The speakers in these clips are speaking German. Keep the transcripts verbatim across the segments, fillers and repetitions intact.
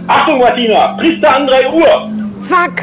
Achtung, Martina, Priester an drei Uhr. Fuck!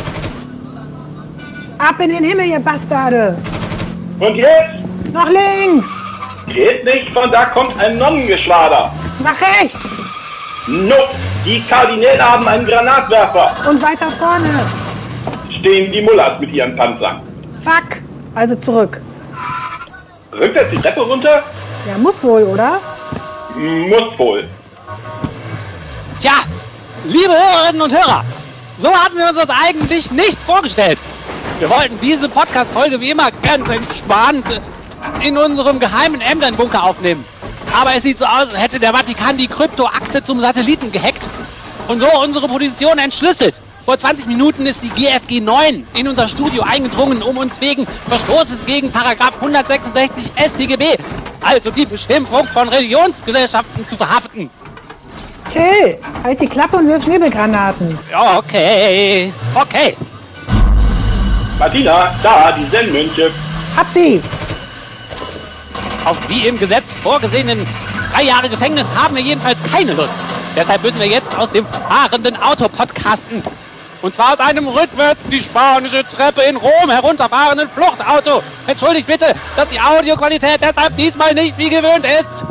Ab in den Himmel, ihr Bastarde! Und jetzt? Noch links! Geht nicht, von da kommt ein Nonnengeschwader. Nach rechts! Nope, die Kardinäle haben einen Granatwerfer. Und weiter vorne! Stehen die Mullahs mit ihren Panzern. Fuck! Also zurück. Rückwärts die Treppe runter? Ja, muss wohl, oder? Muss wohl. Tja, liebe Hörerinnen und Hörer, so hatten wir uns das eigentlich nicht vorgestellt. Wir wollten diese Podcast-Folge wie immer ganz entspannt in unserem geheimen Ämternbunker aufnehmen. Aber es sieht so aus, als hätte der Vatikan die Kryptoachse zum Satelliten gehackt und so unsere Position entschlüsselt. Vor zwanzig Minuten ist die G F G neun in unser Studio eingedrungen, um uns wegen Verstoßes gegen Paragraph hundertsechsundsechzig S t G B, also die Beschimpfung von Religionsgesellschaften, zu verhaften. Till, halt die Klappe und wirf Nebelgranaten. Okay, okay. Martina, da, die Zen-Mönche. Hab sie! Auf die im Gesetz vorgesehenen drei Jahre Gefängnis haben wir jedenfalls keine Lust. Deshalb müssen wir jetzt aus dem fahrenden Auto podcasten. Und zwar aus einem rückwärts die spanische Treppe in Rom herunterfahrenden Fluchtauto. Entschuldigt bitte, dass die Audioqualität deshalb diesmal nicht wie gewöhnt ist.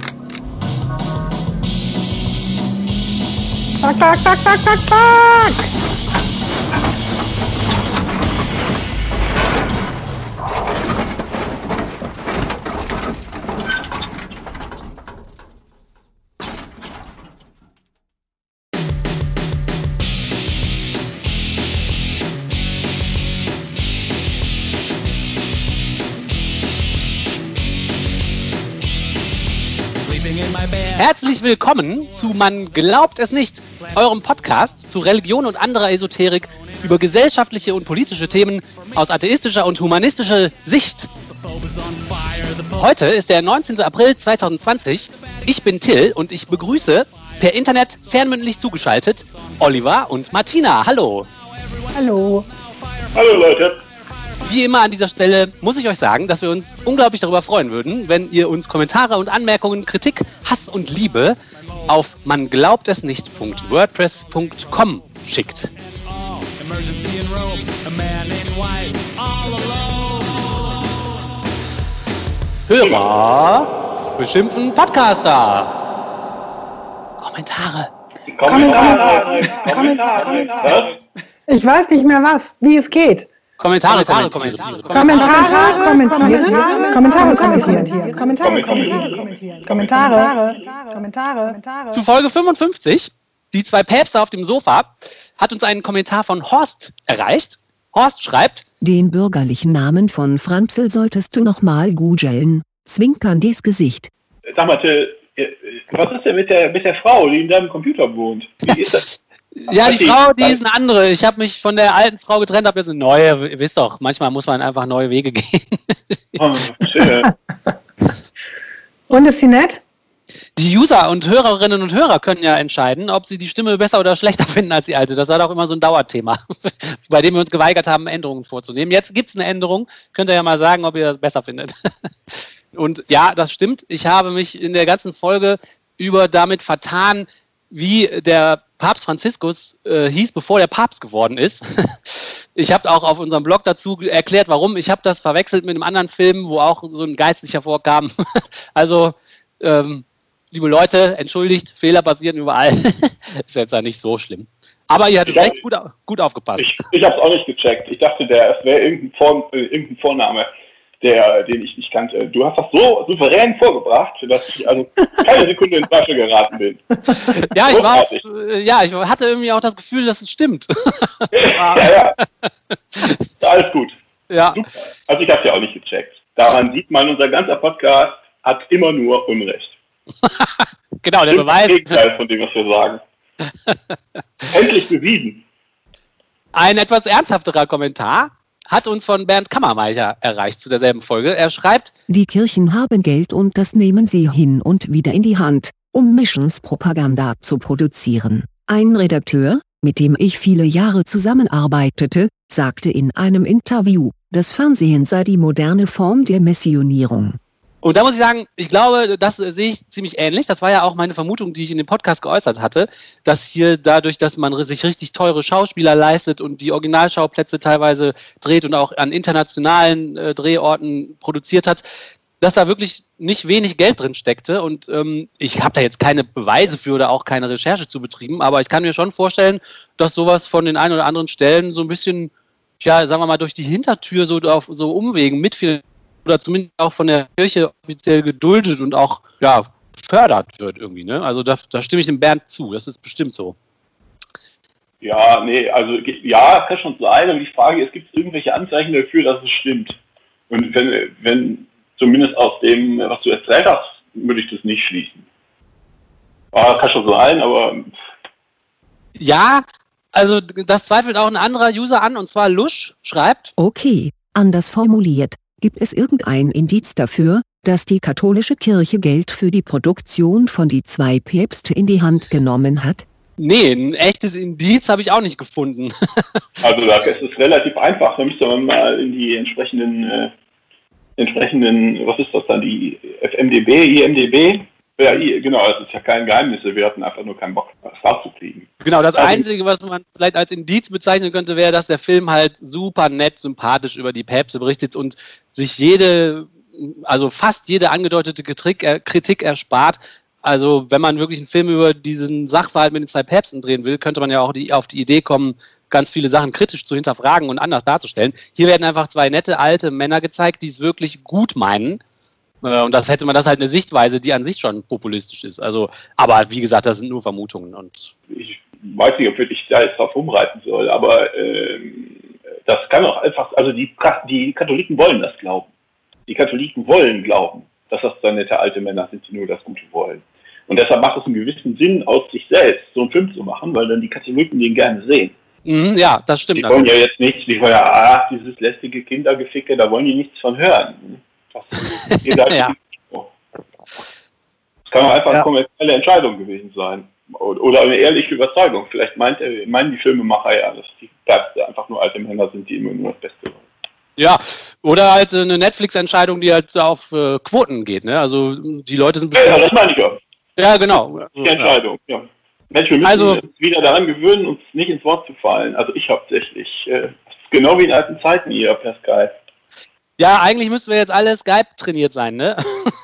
Fuck, fuck, fuck, fuck, fuck, fuck! Herzlich willkommen zu Man glaubt es nicht, eurem Podcast zu Religion und anderer Esoterik über gesellschaftliche und politische Themen aus atheistischer und humanistischer Sicht. Heute ist der neunzehnten April zweitausendzwanzig. Ich bin Till und ich begrüße per Internet fernmündlich zugeschaltet Oliver und Martina. Hallo. Hallo. Hallo Leute. Wie immer an dieser Stelle muss ich euch sagen, dass wir uns unglaublich darüber freuen würden, wenn ihr uns Kommentare und Anmerkungen, Kritik, Hass und Liebe auf man glaubt es nicht punkt wordpress punkt com schickt. Hörer beschimpfen Podcaster. Kommentare. Kommentare. Kommentare. Kommentare. Ich weiß nicht mehr was, wie es geht. Kommentare, Kommentare, Kommentare, Kommentare, kommentieren, Kommentare, kommentieren, Kommentare, kommentieren, Kommentare, Kommentare. Zu Folge fünfundfünfzig, die zwei Päpste auf dem Sofa, hat uns ein Kommentar von Horst erreicht. Horst schreibt: Den bürgerlichen Namen von Franzl solltest du nochmal googeln. Zwinkerndes Gesicht. Sag mal, Till, was ist denn mit der, mit der Frau, die in deinem Computer wohnt? Wie ist das? Ja, die Frau, die ist eine andere. Ich habe mich von der alten Frau getrennt, habe jetzt eine neue. Ihr wisst doch, manchmal muss man einfach neue Wege gehen. Oh, schön. Und ist sie nett? Die User und Hörerinnen und Hörer können ja entscheiden, ob sie die Stimme besser oder schlechter finden als die alte. Das war doch immer so ein Dauerthema, bei dem wir uns geweigert haben, Änderungen vorzunehmen. Jetzt gibt es eine Änderung. Könnt ihr ja mal sagen, ob ihr das besser findet. Und ja, das stimmt. Ich habe mich in der ganzen Folge über damit vertan, wie der Papst Franziskus äh, hieß, bevor der Papst geworden ist. Ich habe auch auf unserem Blog dazu erklärt, warum. Ich habe das verwechselt mit einem anderen Film, wo auch so ein Geistlicher vorkam. Also, ähm, liebe Leute, entschuldigt, Fehler passieren überall. Ist jetzt ja nicht so schlimm. Aber ihr hattet Ich hab- echt gut, gut aufgepasst. Ich, ich habe es auch nicht gecheckt. Ich dachte, der, es wäre irgendein, Vor, äh, irgendein Vorname, der, den ich nicht kannte. Du hast das so souverän vorgebracht, dass ich also keine Sekunde in Zweifel geraten bin. Ja, ich war auch, Großartig. äh, ja, ich hatte irgendwie auch das Gefühl, dass es stimmt. Ja, ja. Alles gut. Ja. Super. Also ich habe es ja auch nicht gecheckt. Daran sieht man, unser ganzer Podcast hat immer nur Unrecht. Genau, der Das Beweis. Gegenteil von dem, was wir sagen. Endlich bewiesen. Ein etwas ernsthafterer Kommentar hat uns von Bernd Kammermeicher erreicht zu derselben Folge. Er schreibt: Die Kirchen haben Geld und das nehmen sie hin und wieder in die Hand, um Missionspropaganda zu produzieren. Ein Redakteur, mit dem ich viele Jahre zusammenarbeitete, sagte in einem Interview, das Fernsehen sei die moderne Form der Missionierung. Und da muss ich sagen, ich glaube, das äh, sehe ich ziemlich ähnlich. Das war ja auch meine Vermutung, die ich in dem Podcast geäußert hatte, dass hier dadurch, dass man sich richtig teure Schauspieler leistet und die Originalschauplätze teilweise dreht und auch an internationalen äh, Drehorten produziert hat, dass da wirklich nicht wenig Geld drin steckte. Und ähm, ich habe da jetzt keine Beweise für oder auch keine Recherche zu betrieben, aber ich kann mir schon vorstellen, dass sowas von den ein oder anderen Stellen so ein bisschen, ja, sagen wir mal, durch die Hintertür so auf so Umwegen mitfinanziert oder zumindest auch von der Kirche offiziell geduldet und auch, ja, gefördert wird irgendwie, ne? Also da, da stimme ich dem Bernd zu, das ist bestimmt so. Ja, nee, also ja, kann schon sein, aber die Frage ist, gibt es irgendwelche Anzeichen dafür, dass es stimmt? Und wenn, wenn zumindest aus dem, was du erzählt hast, würde ich das nicht schließen. Ja, kann schon sein, aber... Ja, also das zweifelt auch ein anderer User an, und zwar Lusch schreibt... Okay, anders formuliert. Gibt es irgendein Indiz dafür, dass die katholische Kirche Geld für die Produktion von Die zwei Päpste in die Hand genommen hat? Nee, ein echtes Indiz habe ich auch nicht gefunden. Also da ist es relativ einfach, da müsste man mal in die entsprechenden, äh, entsprechenden, was ist das dann, die F M D B, I M D B? Ja, genau, das ist ja kein Geheimnis, wir hatten einfach nur keinen Bock, das rauszukriegen. Genau, das also, Einzige, was man vielleicht als Indiz bezeichnen könnte, wäre, dass der Film halt super nett, sympathisch über die Päpste berichtet und sich jede, also fast jede angedeutete Kritik, äh, Kritik erspart. Also wenn man wirklich einen Film über diesen Sachverhalt mit den zwei Päpsten drehen will, könnte man ja auch die, auf die Idee kommen, ganz viele Sachen kritisch zu hinterfragen und anders darzustellen. Hier werden einfach zwei nette, alte Männer gezeigt, die es wirklich gut meinen. Und das hätte man, das halt eine Sichtweise, die an sich schon populistisch ist. Also, aber wie gesagt, das sind nur Vermutungen. Und ich weiß nicht, ob ich da jetzt drauf rumreiten soll, aber ähm, das kann auch einfach, also die, die Katholiken wollen das glauben. Die Katholiken wollen glauben, dass das dann nette alte Männer sind, die nur das Gute wollen. Und deshalb macht es einen gewissen Sinn, aus sich selbst so einen Film zu machen, weil dann die Katholiken den gerne sehen. Mhm, ja, das stimmt. Die wollen ja jetzt nicht, die wollen ja, ach, dieses lästige Kindergeficke, da wollen die nichts von hören. Das, ja. Das kann auch einfach eine ja. kommerzielle Entscheidung gewesen sein. Oder eine ehrliche Überzeugung. Vielleicht meint, meinen die Filmemacher ja, dass die Päpste einfach nur alte Männer sind, die immer nur das Beste wollen. Ja, oder halt eine Netflix-Entscheidung, die halt auf äh, Quoten geht. Ne? Also die Leute sind... Ja, das meine ich ja. Ja, genau. Die Entscheidung, ja. Mensch, wir müssen also, uns wieder daran gewöhnen, uns nicht ins Wort zu fallen. Also ich hauptsächlich. Äh, genau wie in alten Zeiten hier per Skype. Ja, eigentlich müssten wir jetzt alle Skype trainiert sein, ne?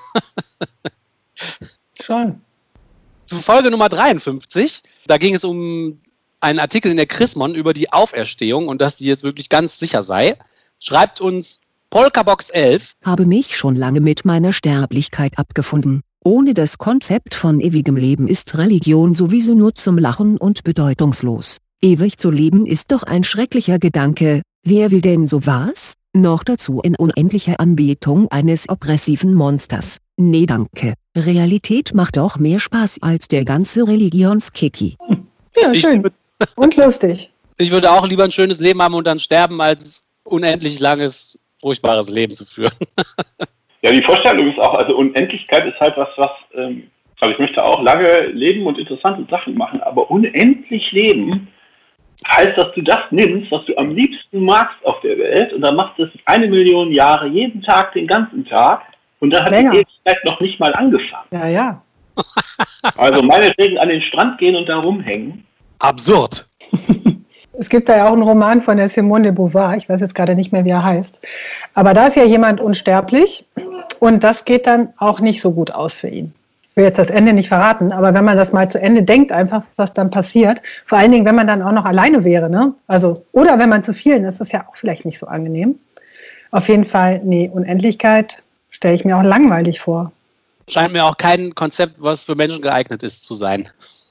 Schon. Zu Folge Nummer dreiundfünfzig, da ging es um einen Artikel in der Chrismon über die Auferstehung und dass die jetzt wirklich ganz sicher sei. Schreibt uns Polkabox elf. Habe mich schon lange mit meiner Sterblichkeit abgefunden. Ohne das Konzept von ewigem Leben ist Religion sowieso nur zum Lachen und bedeutungslos. Ewig zu leben ist doch ein schrecklicher Gedanke. Wer will denn so was? Noch dazu in unendlicher Anbetung eines oppressiven Monsters. Nee, danke. Realität macht doch mehr Spaß als der ganze Religionskicki. Ja, schön. Und lustig. Ich würde auch lieber ein schönes Leben haben und dann sterben, als unendlich langes, furchtbares Leben zu führen. Ja, die Vorstellung ist auch, also Unendlichkeit ist halt was, was, ähm, also ich möchte auch lange leben und interessante Sachen machen, aber unendlich leben heißt, dass du das nimmst, was du am liebsten magst auf der Welt und dann machst du es eine Million Jahre, jeden Tag, den ganzen Tag und dann hat Länger. Die Ewigkeit noch nicht mal angefangen. Ja, ja. Also meinetwegen an den Strand gehen und da rumhängen. Absurd. Es gibt da ja auch einen Roman von der Simone de Beauvoir, ich weiß jetzt gerade nicht mehr, wie er heißt, aber da ist ja jemand unsterblich und das geht dann auch nicht so gut aus für ihn. Ich will jetzt das Ende nicht verraten, aber wenn man das mal zu Ende denkt, einfach, was dann passiert, vor allen Dingen, wenn man dann auch noch alleine wäre, ne? Also, oder wenn man zu vielen ist, ist das ja auch vielleicht nicht so angenehm. Auf jeden Fall, nee, Unendlichkeit stelle ich mir auch langweilig vor. Scheint mir auch kein Konzept, was für Menschen geeignet ist, zu sein.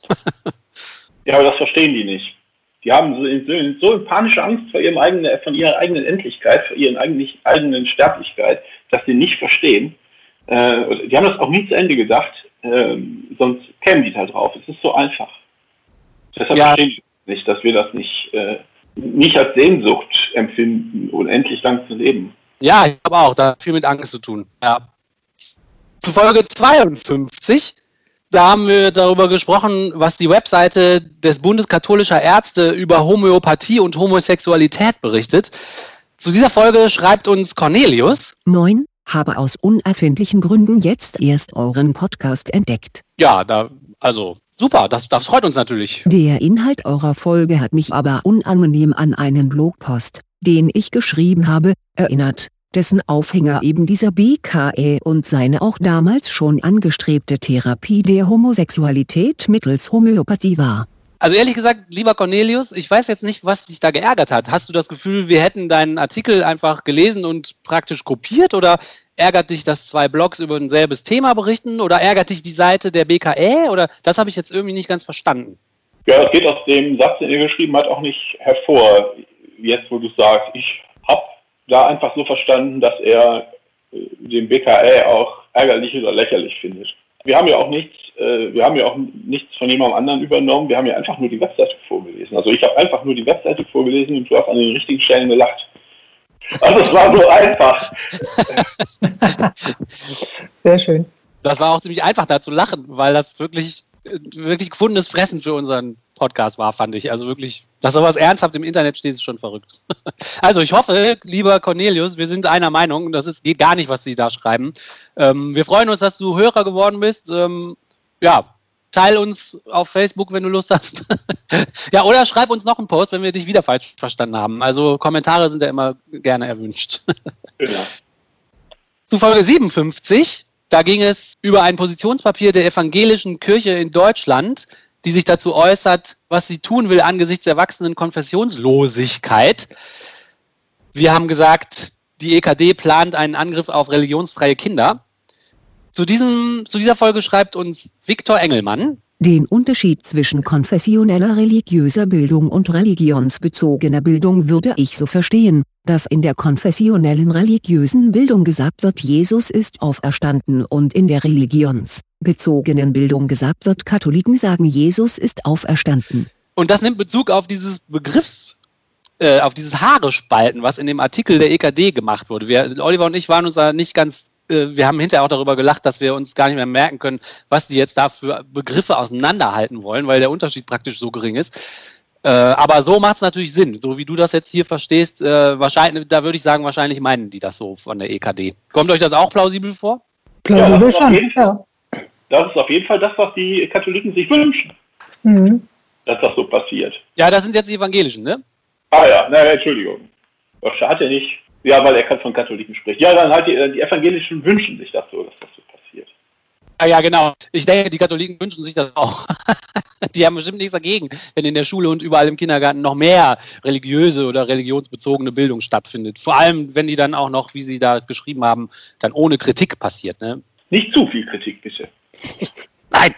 Ja, aber das verstehen die nicht. Die haben so, so, so in panische Angst vor ihrem eigenen, von ihrer eigenen Endlichkeit, vor ihrer eigenen, eigenen Sterblichkeit, dass sie nicht verstehen. Äh, die haben das auch nie zu Ende gedacht, äh, sonst kämen die da drauf. Es ist so einfach. Deshalb ja. verstehen die nicht, dass wir das nicht, äh, nicht als Sehnsucht empfinden, unendlich lang zu leben. Ja, ich habe auch, da hat viel mit Angst zu tun. Ja. Zu Folge zweiundfünfzig, da haben wir darüber gesprochen, was die Webseite des Bundes katholischer Ärzte über Homöopathie und Homosexualität berichtet. Zu dieser Folge schreibt uns Cornelius. Moin, Habe aus unerfindlichen Gründen jetzt erst euren Podcast entdeckt. Ja, da, also super, das, das freut uns natürlich. Der Inhalt eurer Folge hat mich aber unangenehm an einen Blogpost, den ich geschrieben habe, erinnert, dessen Aufhänger eben dieser B K E und seine auch damals schon angestrebte Therapie der Homosexualität mittels Homöopathie war. Also ehrlich gesagt, lieber Cornelius, ich weiß jetzt nicht, was dich da geärgert hat. Hast du das Gefühl, wir hätten deinen Artikel einfach gelesen und praktisch kopiert, oder ärgert dich, dass zwei Blogs über ein selbes Thema berichten, oder ärgert dich die Seite der B K E, oder das habe ich jetzt irgendwie nicht ganz verstanden? Ja, das geht aus dem Satz, den ihr geschrieben habt, auch nicht hervor, jetzt wo du sagst. Ich habe da einfach so verstanden, dass er äh, den B K E auch ärgerlich oder lächerlich findet. Wir haben ja auch nichts, äh, wir haben ja auch nichts von jemandem anderen übernommen, wir haben ja einfach nur die Webseite vorgelesen. Also ich habe einfach nur die Webseite vorgelesen und du hast an den richtigen Stellen gelacht. Also es war so einfach. Sehr schön. Das war auch ziemlich einfach, da zu lachen, weil das wirklich, wirklich gefundenes Fressen für unseren Podcast war, fand ich. Also wirklich, dass sowas ernsthaft im Internet steht, ist schon verrückt. Also ich hoffe, lieber Cornelius, wir sind einer Meinung, das ist, geht gar nicht, was Sie da schreiben. Ähm, wir freuen uns, dass du Hörer geworden bist. Ähm, ja, teil uns auf Facebook, wenn du Lust hast. Ja, oder schreib uns noch einen Post, wenn wir dich wieder falsch verstanden haben. Also Kommentare sind ja immer gerne erwünscht. Genau. Zu Folge siebenundfünfzig, da ging es über ein Positionspapier der evangelischen Kirche in Deutschland, die sich dazu äußert, was sie tun will angesichts der wachsenden Konfessionslosigkeit. Wir haben gesagt, die E K D plant einen Angriff auf religionsfreie Kinder. Zu, diesem, zu dieser Folge schreibt uns Viktor Engelmann: Den Unterschied zwischen konfessioneller religiöser Bildung und religionsbezogener Bildung würde ich so verstehen, dass in der konfessionellen religiösen Bildung gesagt wird, Jesus ist auferstanden, und in der religionsbezogenen Bildung gesagt wird, Katholiken sagen, Jesus ist auferstanden. Und das nimmt Bezug auf dieses Begriffs, äh, auf dieses Haare-Spalten, was in dem Artikel der E K D gemacht wurde. Wir, Oliver und ich waren uns da nicht ganz, äh, wir haben hinterher auch darüber gelacht, dass wir uns gar nicht mehr merken können, was die jetzt da für Begriffe auseinanderhalten wollen, weil der Unterschied praktisch so gering ist. Äh, aber so macht es natürlich Sinn, so wie du das jetzt hier verstehst. Äh, wahrscheinlich, da würde ich sagen, wahrscheinlich meinen die das so von der E K D. Kommt euch das auch plausibel vor? Plausibel Ja, schon, ja. Das ist auf jeden Fall das, was die Katholiken sich wünschen, Mhm. dass das so passiert. Ja, das sind jetzt die Evangelischen, ne? Ah ja, naja, Entschuldigung. Das hat er nicht. Ja, weil er von Katholiken spricht. Ja, dann halt die, die Evangelischen wünschen sich das so, dass das so passiert. Ah, ja, genau. Ich denke, die Katholiken wünschen sich das auch. Die haben bestimmt nichts dagegen, wenn in der Schule und überall im Kindergarten noch mehr religiöse oder religionsbezogene Bildung stattfindet. Vor allem, wenn die dann auch noch, wie Sie da geschrieben haben, dann ohne Kritik passiert, ne? Nicht zu viel Kritik, bitte. Nein!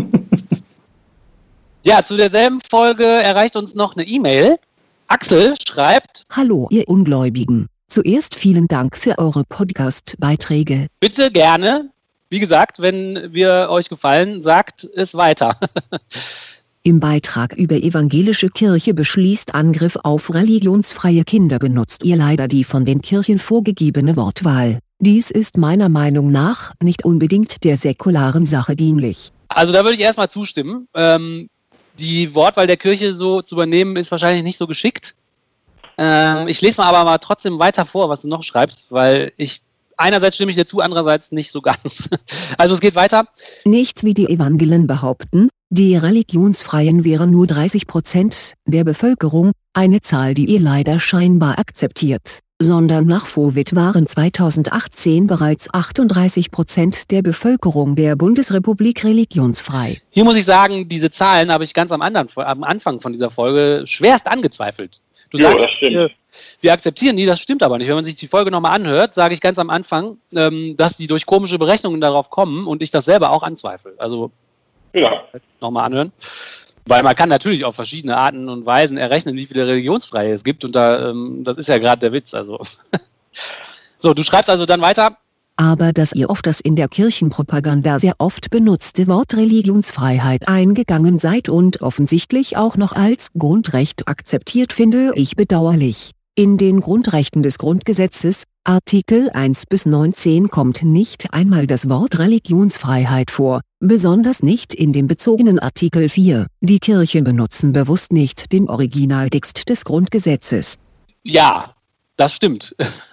Ja, zu derselben Folge erreicht uns noch eine E-Mail. Axel schreibt: Hallo ihr Ungläubigen, zuerst vielen Dank für eure Podcast-Beiträge. Bitte gerne. Wie gesagt, wenn wir euch gefallen, sagt es weiter. Im Beitrag über evangelische Kirche beschließt Angriff auf religionsfreie Kinder benutzt ihr leider die von den Kirchen vorgegebene Wortwahl. Dies ist meiner Meinung nach nicht unbedingt der säkularen Sache dienlich. Also da würde ich erstmal zustimmen. Ähm, die Wortwahl der Kirche so zu übernehmen, ist wahrscheinlich nicht so geschickt. Ähm, ich lese mal aber mal trotzdem weiter vor, was du noch schreibst, weil ich einerseits stimme ich dir zu, andererseits nicht so ganz. Also es geht weiter. Nicht wie die Evangelen behaupten, die Religionsfreien wären nur dreißig Prozent der Bevölkerung, eine Zahl, die ihr leider scheinbar akzeptiert, sondern nach Fowit waren zweitausendachtzehn bereits achtunddreißig Prozent der Bevölkerung der Bundesrepublik religionsfrei. Hier muss ich sagen, diese Zahlen habe ich ganz am, anderen, am Anfang von dieser Folge schwerst angezweifelt. Du Ja, sagst, das stimmt. wir, wir akzeptieren die, das stimmt aber nicht. Wenn man sich die Folge nochmal anhört, sage ich ganz am Anfang, ähm, dass die durch komische Berechnungen darauf kommen und ich das selber auch anzweifle. Also Ja. nochmal anhören. Weil man kann natürlich auf verschiedene Arten und Weisen errechnen, wie viele Religionsfreie es gibt. Und da, ähm, das ist ja gerade der Witz. Also. So, du schreibst also dann weiter. Aber dass ihr auf das in der Kirchenpropaganda sehr oft benutzte Wort Religionsfreiheit eingegangen seid und offensichtlich auch noch als Grundrecht akzeptiert, finde ich bedauerlich. In den Grundrechten des Grundgesetzes, Artikel eins bis neunzehn, kommt nicht einmal das Wort Religionsfreiheit vor, besonders nicht in dem bezogenen Artikel vier. Die Kirchen benutzen bewusst nicht den Originaltext des Grundgesetzes. Ja, Das stimmt.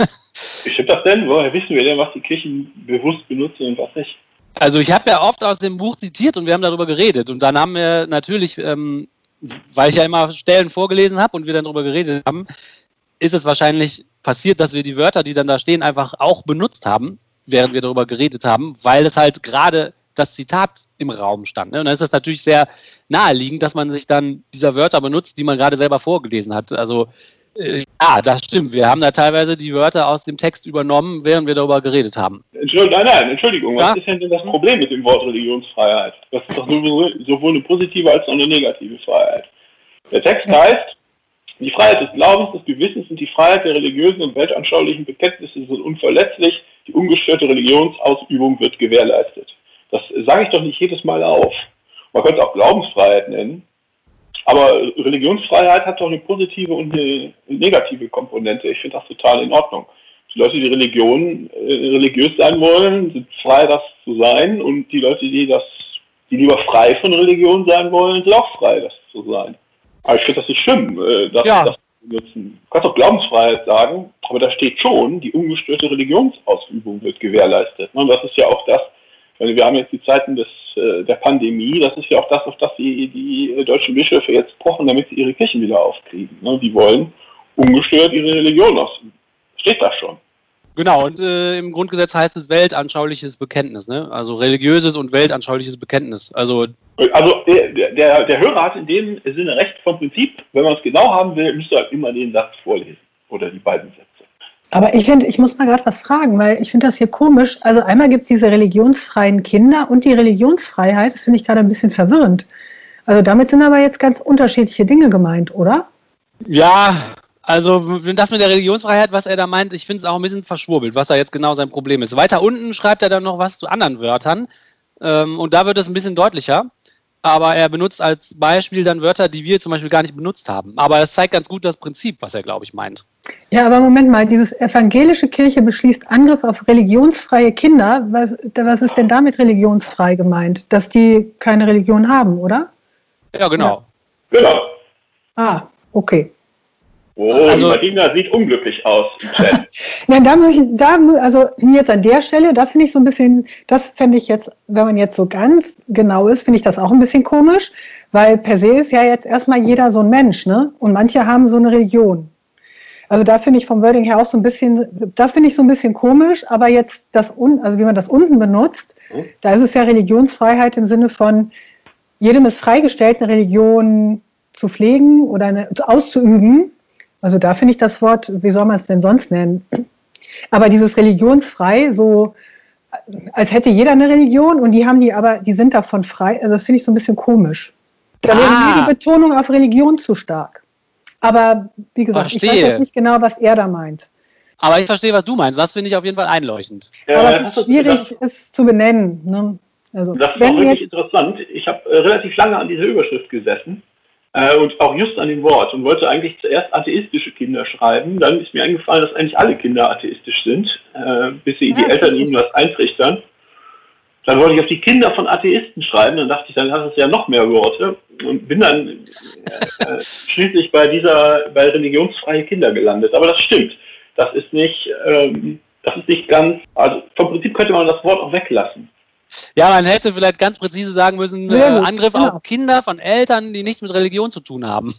Wie stimmt das denn? Woher wissen wir denn, was die Kirchen bewusst benutzen und was nicht? Also ich habe ja oft aus dem Buch zitiert und wir haben darüber geredet. Und dann haben wir natürlich, ähm, weil ich ja immer Stellen vorgelesen habe und wir dann darüber geredet haben, ist es wahrscheinlich passiert, dass wir die Wörter, die dann da stehen, einfach auch benutzt haben, während wir darüber geredet haben, weil es halt gerade das Zitat im Raum stand. Ne? Und dann ist es natürlich sehr naheliegend, dass man sich dann dieser Wörter benutzt, die man gerade selber vorgelesen hat. Also äh, ja, das stimmt. Wir haben da teilweise die Wörter aus dem Text übernommen, während wir darüber geredet haben. Entschuldigung, nein, nein, Entschuldigung. Ja? Was ist denn das Problem mit dem Wort Religionsfreiheit? Das ist doch sowohl eine positive als auch eine negative Freiheit. Der Text heißt, die Freiheit des Glaubens, des Gewissens und die Freiheit der religiösen und weltanschaulichen Bekenntnisse sind unverletzlich. Die ungestörte Religionsausübung wird gewährleistet. Das sage ich doch nicht jedes Mal auf. Man könnte es auch Glaubensfreiheit nennen. Aber Religionsfreiheit hat doch eine positive und eine negative Komponente. Ich finde das total in Ordnung. Die Leute, die Religion, äh, religiös sein wollen, sind frei, das zu sein. Und die Leute, die das, die lieber frei von Religion sein wollen, sind auch frei, das zu sein. Aber ich finde das nicht schlimm, äh, das, ja. das zu benutzen. Du kannst auch Glaubensfreiheit sagen, aber da steht schon, die ungestörte Religionsausübung wird gewährleistet. Und das ist ja auch das, wir haben jetzt die Zeiten des, der Pandemie, das ist ja auch das, auf das die, die deutschen Bischöfe jetzt pochen, damit sie ihre Kirchen wieder aufkriegen. Die wollen ungestört ihre Religion ausüben. Steht da schon. Genau, und äh, im Grundgesetz heißt es weltanschauliches Bekenntnis, ne? Also religiöses und weltanschauliches Bekenntnis. Also, also der, der, der Hörer hat in dem Sinne recht vom Prinzip, wenn man es genau haben will, müsste er immer den Satz vorlesen oder die beiden Sätze. Aber ich finde, ich muss mal gerade was fragen, weil ich finde das hier komisch. Also einmal gibt es diese religionsfreien Kinder und die Religionsfreiheit, das finde ich gerade ein bisschen verwirrend. Also damit sind aber jetzt ganz unterschiedliche Dinge gemeint, oder? Ja, also das mit der Religionsfreiheit, was er da meint, ich finde es auch ein bisschen verschwurbelt, was da jetzt genau sein Problem ist. Weiter unten schreibt er dann noch was zu anderen Wörtern ähm, und da wird es ein bisschen deutlicher. Aber er benutzt als Beispiel dann Wörter, die wir zum Beispiel gar nicht benutzt haben. Aber das zeigt ganz gut das Prinzip, was er, glaube ich, meint. Ja, aber Moment mal, dieses evangelische Kirche beschließt Angriff auf religionsfreie Kinder. Was, was ist denn damit religionsfrei gemeint? Dass die keine Religion haben, oder? Ja, genau. Ja. Genau. Ah, okay. Oh, also, die Martina sieht unglücklich aus im Chat. Ja, da muss ich, da, also jetzt an der Stelle, das finde ich so ein bisschen, das fände ich jetzt, wenn man jetzt so ganz genau ist, finde ich das auch ein bisschen komisch, weil per se ist ja jetzt erstmal jeder so ein Mensch, ne? Und manche haben so eine Religion. Also da finde ich vom Wording her auch so ein bisschen, das finde ich so ein bisschen komisch, aber jetzt das, also wie man das unten benutzt, hm? Da ist es ja Religionsfreiheit im Sinne von, jedem ist freigestellt, eine Religion zu pflegen oder eine, auszuüben. Also da finde ich das Wort, wie soll man es denn sonst nennen? Aber dieses religionsfrei, so als hätte jeder eine Religion und die haben die aber, die sind davon frei, also das finde ich so ein bisschen komisch. Da wäre ah. mir die Betonung auf Religion zu stark. Aber wie gesagt, Verstehe. ich weiß jetzt nicht genau, was er da meint. Aber ich verstehe, was du meinst. Das finde ich auf jeden Fall einleuchtend. Ja, aber es ist schwierig, das, es zu benennen. Ne? Also, das ist wenn auch wirklich jetzt, interessant. Ich habe äh, relativ lange an dieser Überschrift gesessen. Und auch just an dem Wort und wollte eigentlich zuerst atheistische Kinder schreiben. Dann ist mir eingefallen, dass eigentlich alle Kinder atheistisch sind, äh, bis sie ja, die Eltern ihnen was eintrichtern. Dann wollte ich auf die Kinder von Atheisten schreiben, dann dachte ich, dann hat es ja noch mehr Worte und bin dann äh, schließlich bei dieser, bei religionsfreie Kinder gelandet. Aber das stimmt. Das ist nicht, ähm, das ist nicht ganz, also vom Prinzip könnte man das Wort auch weglassen. Ja, man hätte vielleicht ganz präzise sagen müssen, äh, Angriff genau. auf Kinder von Eltern, die nichts mit Religion zu tun haben.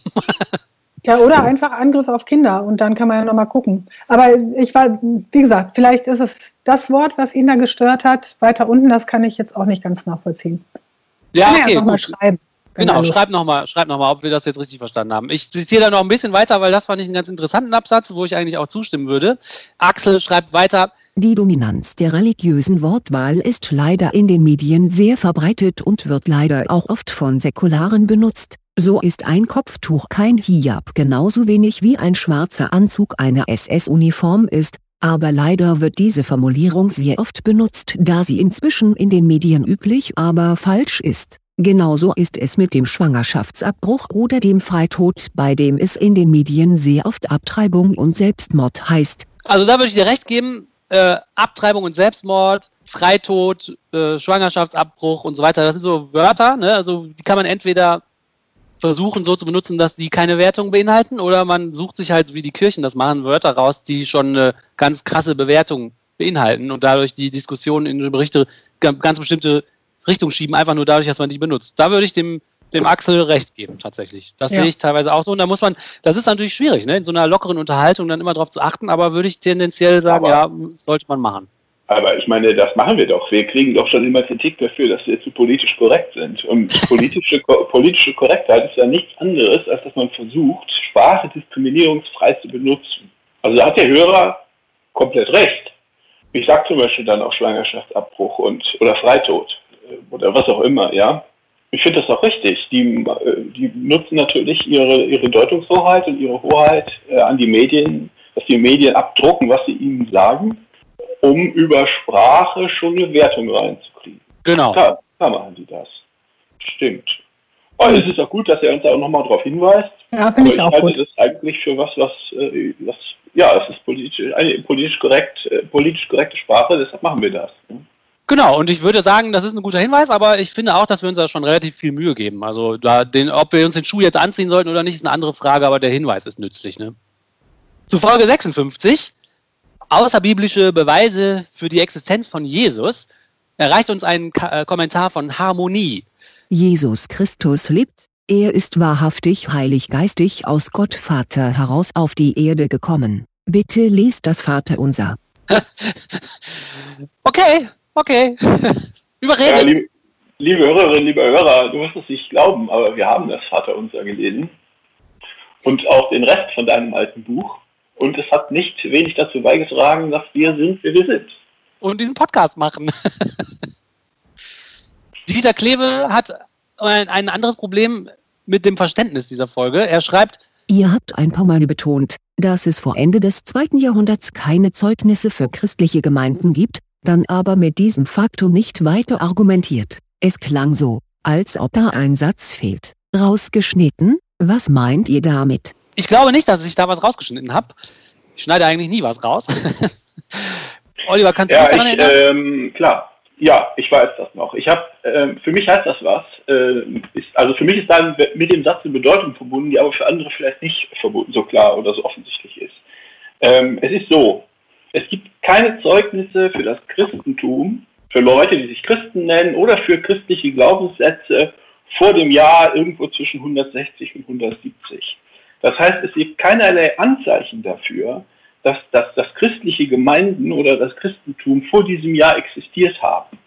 Ja, oder einfach Angriff auf Kinder und dann kann man ja nochmal gucken. Aber ich war, wie gesagt, vielleicht ist es das Wort, was ihn da gestört hat. Weiter unten, das kann ich jetzt auch nicht ganz nachvollziehen. Ja, kann okay, ja nochmal schreiben. Genau, schreib nochmal, schreib noch mal, ob wir das jetzt richtig verstanden haben. Ich zitiere da noch ein bisschen weiter, weil das fand ich einen ganz interessanten Absatz, wo ich eigentlich auch zustimmen würde. Axel schreibt weiter. Die Dominanz der religiösen Wortwahl ist leider in den Medien sehr verbreitet und wird leider auch oft von Säkularen benutzt. So ist ein Kopftuch kein Hijab, genauso wenig wie ein schwarzer Anzug eine S S-Uniform ist. Aber leider wird diese Formulierung sehr oft benutzt, da sie inzwischen in den Medien üblich, aber falsch ist. Genauso ist es mit dem Schwangerschaftsabbruch oder dem Freitod, bei dem es in den Medien sehr oft Abtreibung und Selbstmord heißt. Also da würde ich dir recht geben, äh, Abtreibung und Selbstmord, Freitod, äh, Schwangerschaftsabbruch und so weiter, das sind so Wörter, ne? Also die kann man entweder versuchen so zu benutzen, dass die keine Wertung beinhalten, oder man sucht sich halt, wie die Kirchen das machen, Wörter raus, die schon eine ganz krasse Bewertung beinhalten und dadurch die Diskussion in Berichte ganz bestimmte Richtung schieben, einfach nur dadurch, dass man die benutzt. Da würde ich dem, dem Axel recht geben, tatsächlich. Das ja. sehe ich teilweise auch so. Und da muss man, das ist natürlich schwierig, ne, in so einer lockeren Unterhaltung dann immer darauf zu achten, aber würde ich tendenziell sagen, aber, ja, sollte man machen. Aber ich meine, das machen wir doch. Wir kriegen doch schon immer Kritik dafür, dass wir zu politisch korrekt sind. Und politische, politische Korrektheit ist ja nichts anderes, als dass man versucht, Sprache diskriminierungsfrei zu benutzen. Also da hat der Hörer komplett recht. Ich sage zum Beispiel dann auch Schwangerschaftsabbruch und oder Freitod oder was auch immer, ja. Ich finde das auch richtig. Die, die nutzen natürlich ihre, ihre Deutungshoheit und ihre Hoheit äh, an die Medien, dass die Medien abdrucken, was sie ihnen sagen, um über Sprache schon eine Wertung reinzukriegen. Genau. Klar, klar machen die das. Stimmt. Und es ist auch gut, dass er uns da auch nochmal darauf hinweist. Ja, finde ich auch gut. Ich halte das eigentlich für was, was, was ja, es ist politisch, eine politisch, korrekt, politisch korrekte Sprache, deshalb machen wir das. Genau, und ich würde sagen, das ist ein guter Hinweis, aber ich finde auch, dass wir uns da schon relativ viel Mühe geben. Also, da den, ob wir uns den Schuh jetzt anziehen sollten oder nicht, ist eine andere Frage, aber der Hinweis ist nützlich. Ne? Zu Folge sechsundfünfzig, außerbiblische Beweise für die Existenz von Jesus, erreicht uns ein Ka- äh, Kommentar von Harmonie. Jesus Christus lebt, er ist wahrhaftig heilig geistig aus Gott Vater heraus auf die Erde gekommen. Bitte lest das Vaterunser. Okay, okay. Überredet. Ja, liebe, liebe Hörerinnen, liebe Hörer, du wirst es nicht glauben, aber wir haben das Vaterunser gelesen und auch den Rest von deinem alten Buch. Und es hat nicht wenig dazu beigetragen, dass wir sind, wie wir sind. Und diesen Podcast machen. Dieter Kleve hat ein, ein anderes Problem mit dem Verständnis dieser Folge. Er schreibt: Ihr habt ein paar Mal betont, dass es vor Ende des zweiten Jahrhunderts keine Zeugnisse für christliche Gemeinden gibt, dann aber mit diesem Faktum nicht weiter argumentiert. Es klang so, als ob da ein Satz fehlt. Rausgeschnitten? Was meint ihr damit? Ich glaube nicht, dass ich da was rausgeschnitten habe. Ich schneide eigentlich nie was raus. Oliver, kannst du ja, dich daran ich, erinnern? Ähm, klar. Ja, ich weiß das noch. Ich habe, ähm, für mich heißt das was. Äh, ist, also für mich ist dann mit dem Satz eine Bedeutung verbunden, die aber für andere vielleicht nicht verbunden, so klar oder so offensichtlich ist. Ähm, es ist so, es gibt keine Zeugnisse für das Christentum, für Leute, die sich Christen nennen oder für christliche Glaubenssätze vor dem Jahr irgendwo zwischen hundertsechzig und hundertsiebzig. Das heißt, es gibt keinerlei Anzeichen dafür, dass, dass, dass christliche Gemeinden oder das Christentum vor diesem Jahr existiert haben.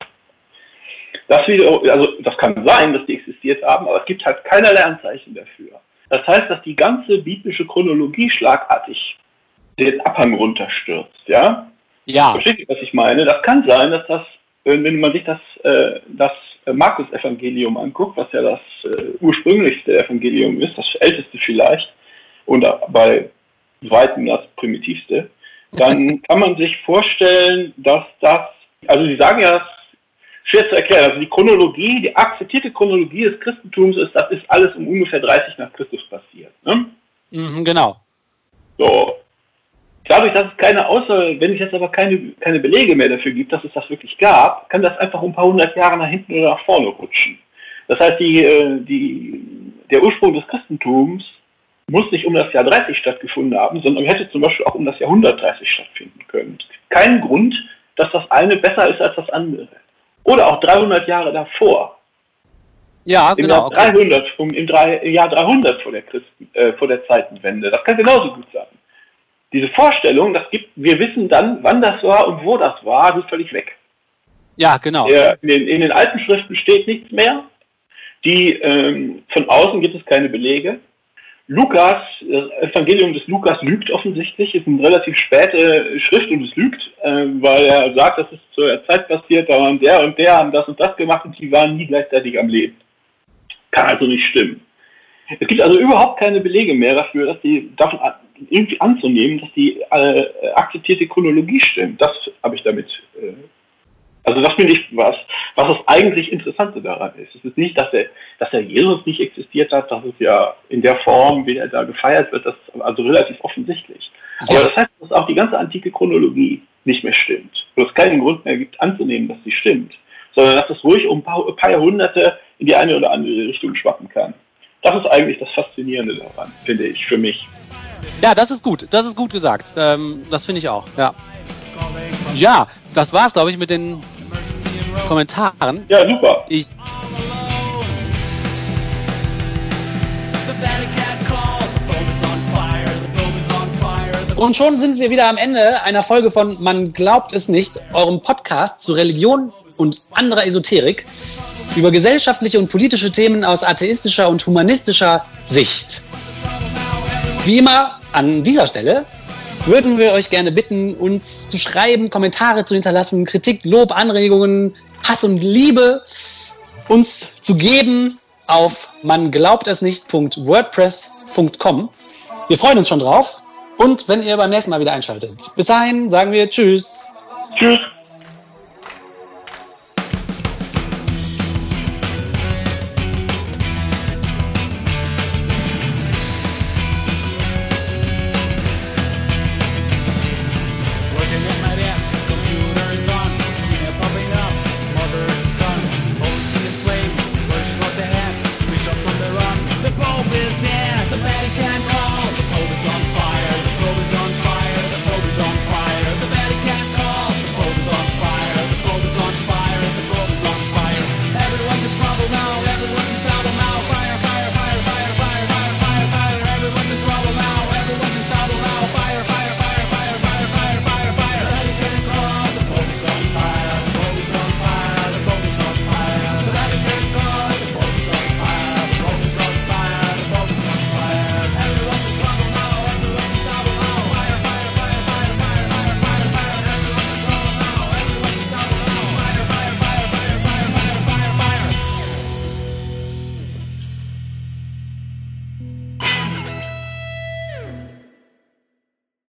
Das, wieder, also das kann sein, dass die existiert haben, aber es gibt halt keinerlei Anzeichen dafür. Das heißt, dass die ganze biblische Chronologie schlagartig den Abhang runterstürzt. Ja? Ja. Versteht ihr, was ich meine? Das kann sein, dass das, wenn man sich das, das Markus-Evangelium anguckt, was ja das ursprünglichste Evangelium ist, das älteste vielleicht, und bei weitem das primitivste, dann kann man sich vorstellen, dass das, also sie sagen ja, das ist schwer zu erklären, also die Chronologie, die akzeptierte Chronologie des Christentums ist, das ist alles um ungefähr dreißig nach Christus passiert. Ne? Mhm, genau. So. Dadurch, dass es keine Außer, wenn es jetzt aber keine, keine Belege mehr dafür gibt, dass es das wirklich gab, kann das einfach um ein paar hundert Jahre nach hinten oder nach vorne rutschen. Das heißt, die, die, der Ursprung des Christentums muss nicht um das Jahr dreißig stattgefunden haben, sondern hätte zum Beispiel auch um das Jahr hundertdreißig stattfinden können. Es gibt keinen Grund, dass das eine besser ist als das andere. Oder auch dreihundert Jahre davor. Ja, Im genau. Jahr dreihundert, um, im, drei, im Jahr dreihundert vor der, Christen, äh, vor der Zeitenwende. Das kann genauso gut sein. Diese Vorstellung, das gibt, wir wissen dann, wann das war und wo das war, ist völlig weg. Ja, genau. Der, in, den, in den alten Schriften steht nichts mehr. Die, ähm, von außen gibt es keine Belege. Lukas, das Evangelium des Lukas lügt offensichtlich, ist eine relativ späte Schrift und es lügt, äh, weil er sagt, das ist zu der Zeit passiert, da waren der und der, haben das und das gemacht und die waren nie gleichzeitig am Leben. Kann also nicht stimmen. Es gibt also überhaupt keine Belege mehr dafür, dass die davon an, irgendwie anzunehmen, dass die äh, akzeptierte Chronologie stimmt. Das habe ich damit. Äh, also das finde ich was, was das eigentlich Interessante daran ist. Es ist nicht, dass der, dass der Jesus nicht existiert hat, das ist ja in der Form, wie er da gefeiert wird, das ist also relativ offensichtlich. Ja. Aber das heißt, dass auch die ganze antike Chronologie nicht mehr stimmt. Wo es keinen Grund mehr gibt, anzunehmen, dass sie stimmt. Sondern dass es ruhig um ein paar, ein paar Jahrhunderte in die eine oder andere Richtung schwappen kann. Das ist eigentlich das Faszinierende daran, finde ich, für mich. Ja, das ist gut. Das ist gut gesagt. Ähm, das finde ich auch. Ja, ja, das war's, glaube ich, mit den Kommentaren. Ja, super. Ich Und schon sind wir wieder am Ende einer Folge von Man glaubt es nicht, eurem Podcast zu Religion und anderer Esoterik über gesellschaftliche und politische Themen aus atheistischer und humanistischer Sicht. Wie immer an dieser Stelle würden wir euch gerne bitten, uns zu schreiben, Kommentare zu hinterlassen, Kritik, Lob, Anregungen, Hass und Liebe uns zu geben auf man glaubt es nicht punkt wordpress punkt com. Wir freuen uns schon drauf und wenn ihr beim nächsten Mal wieder einschaltet. Bis dahin sagen wir Tschüss. Tschüss.